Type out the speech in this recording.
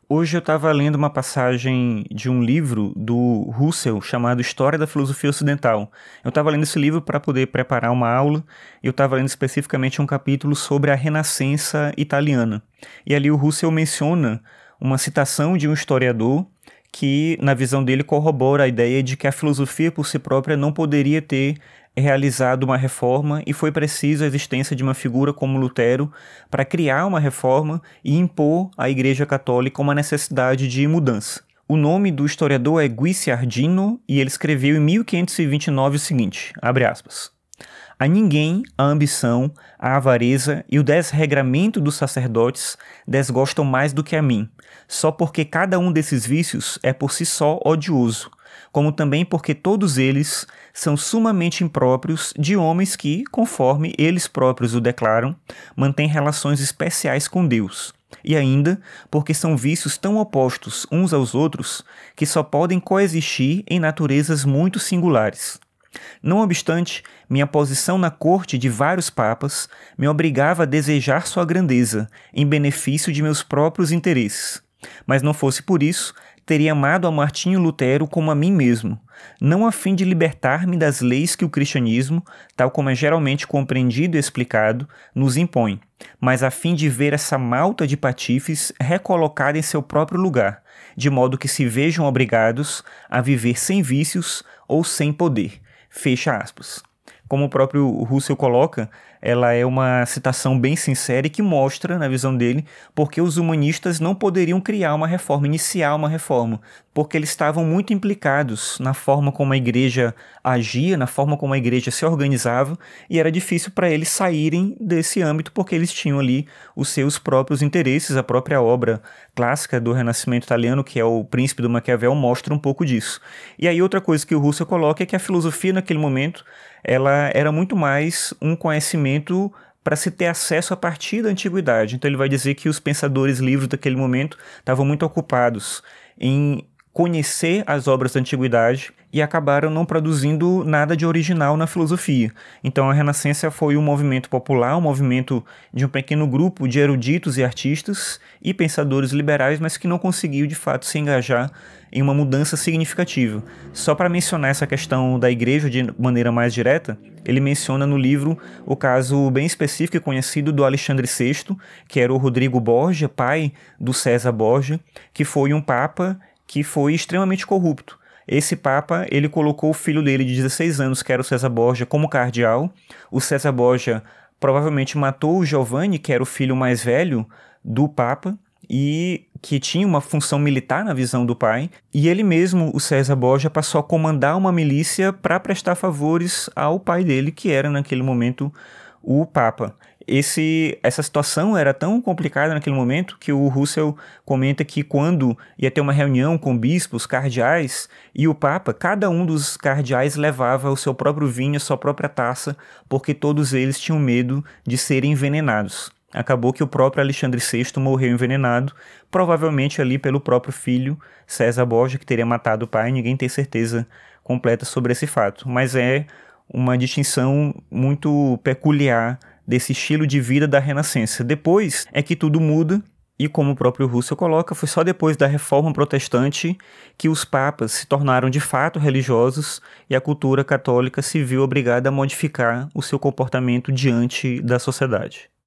Hoje eu estava lendo uma passagem de um livro do Russell chamado História da Filosofia Ocidental. Eu estava lendo esse livro para poder preparar uma aula e eu estava lendo especificamente um capítulo sobre a Renascença italiana. E ali o Russell menciona uma citação de um historiador que, na visão dele, corrobora a ideia de que a filosofia por si própria não poderia ter realizado uma reforma e foi preciso a existência de uma figura como Lutero para criar uma reforma e impor à Igreja Católica uma necessidade de mudança. O nome do historiador é Guicciardino e ele escreveu em 1529 o seguinte, abre aspas, a ninguém a ambição, a avareza e o desregramento dos sacerdotes desgostam mais do que a mim, só porque cada um desses vícios é por si só odioso, como também porque todos eles são sumamente impróprios de homens que, conforme eles próprios o declaram, mantêm relações especiais com Deus. E ainda porque são vícios tão opostos uns aos outros que só podem coexistir em naturezas muito singulares. Não obstante, minha posição na corte de vários papas me obrigava a desejar sua grandeza, em benefício de meus próprios interesses. Mas não fosse por isso, teria amado a Martinho Lutero como a mim mesmo, não a fim de libertar-me das leis que o cristianismo, tal como é geralmente compreendido e explicado, nos impõe, mas a fim de ver essa malta de patifes recolocada em seu próprio lugar, de modo que se vejam obrigados a viver sem vícios ou sem poder. Fecha aspas. Como o próprio Russell coloca, ela é uma citação bem sincera e que mostra, na visão dele, porque os humanistas não poderiam criar uma reforma, iniciar uma reforma, porque eles estavam muito implicados na forma como a igreja agia, na forma como a igreja se organizava, e era difícil para eles saírem desse âmbito, porque eles tinham ali os seus próprios interesses. A própria obra clássica do Renascimento italiano, que é o Príncipe do Maquiavel, mostra um pouco disso. E aí outra coisa que o Russell coloca é que a filosofia naquele momento ela era muito mais um conhecimento para se ter acesso a partir da antiguidade. Então ele vai dizer que os pensadores livres daquele momento estavam muito ocupados em conhecer as obras da antiguidade e acabaram não produzindo nada de original na filosofia. Então a Renascença foi um movimento popular, um movimento de um pequeno grupo de eruditos e artistas e pensadores liberais, mas que não conseguiu de fato se engajar em uma mudança significativa. Só para mencionar essa questão da igreja de maneira mais direta, ele menciona no livro o caso bem específico e conhecido do Alexandre VI, que era o Rodrigo Borgia, pai do César Borgia, que foi um papa que foi extremamente corrupto. Esse papa, ele colocou o filho dele de 16 anos, que era o César Borgia, como cardeal. O César Borgia provavelmente matou o Giovanni, que era o filho mais velho do papa, e que tinha uma função militar na visão do pai, e ele mesmo, o César Borgia, passou a comandar uma milícia para prestar favores ao pai dele, que era naquele momento o papa. Essa situação era tão complicada naquele momento que o Russell comenta que quando ia ter uma reunião com bispos, cardeais e o papa, cada um dos cardeais levava o seu próprio vinho, a sua própria taça, porque todos eles tinham medo de serem envenenados. Acabou que o próprio Alexandre VI morreu envenenado, provavelmente ali pelo próprio filho, César Borgia, que teria matado o pai. Ninguém tem certeza completa sobre esse fato, mas é uma distinção muito peculiar desse estilo de vida da Renascença. Depois é que tudo muda, e como o próprio Russell coloca, foi só depois da Reforma Protestante que os papas se tornaram de fato religiosos e a cultura católica se viu obrigada a modificar o seu comportamento diante da sociedade.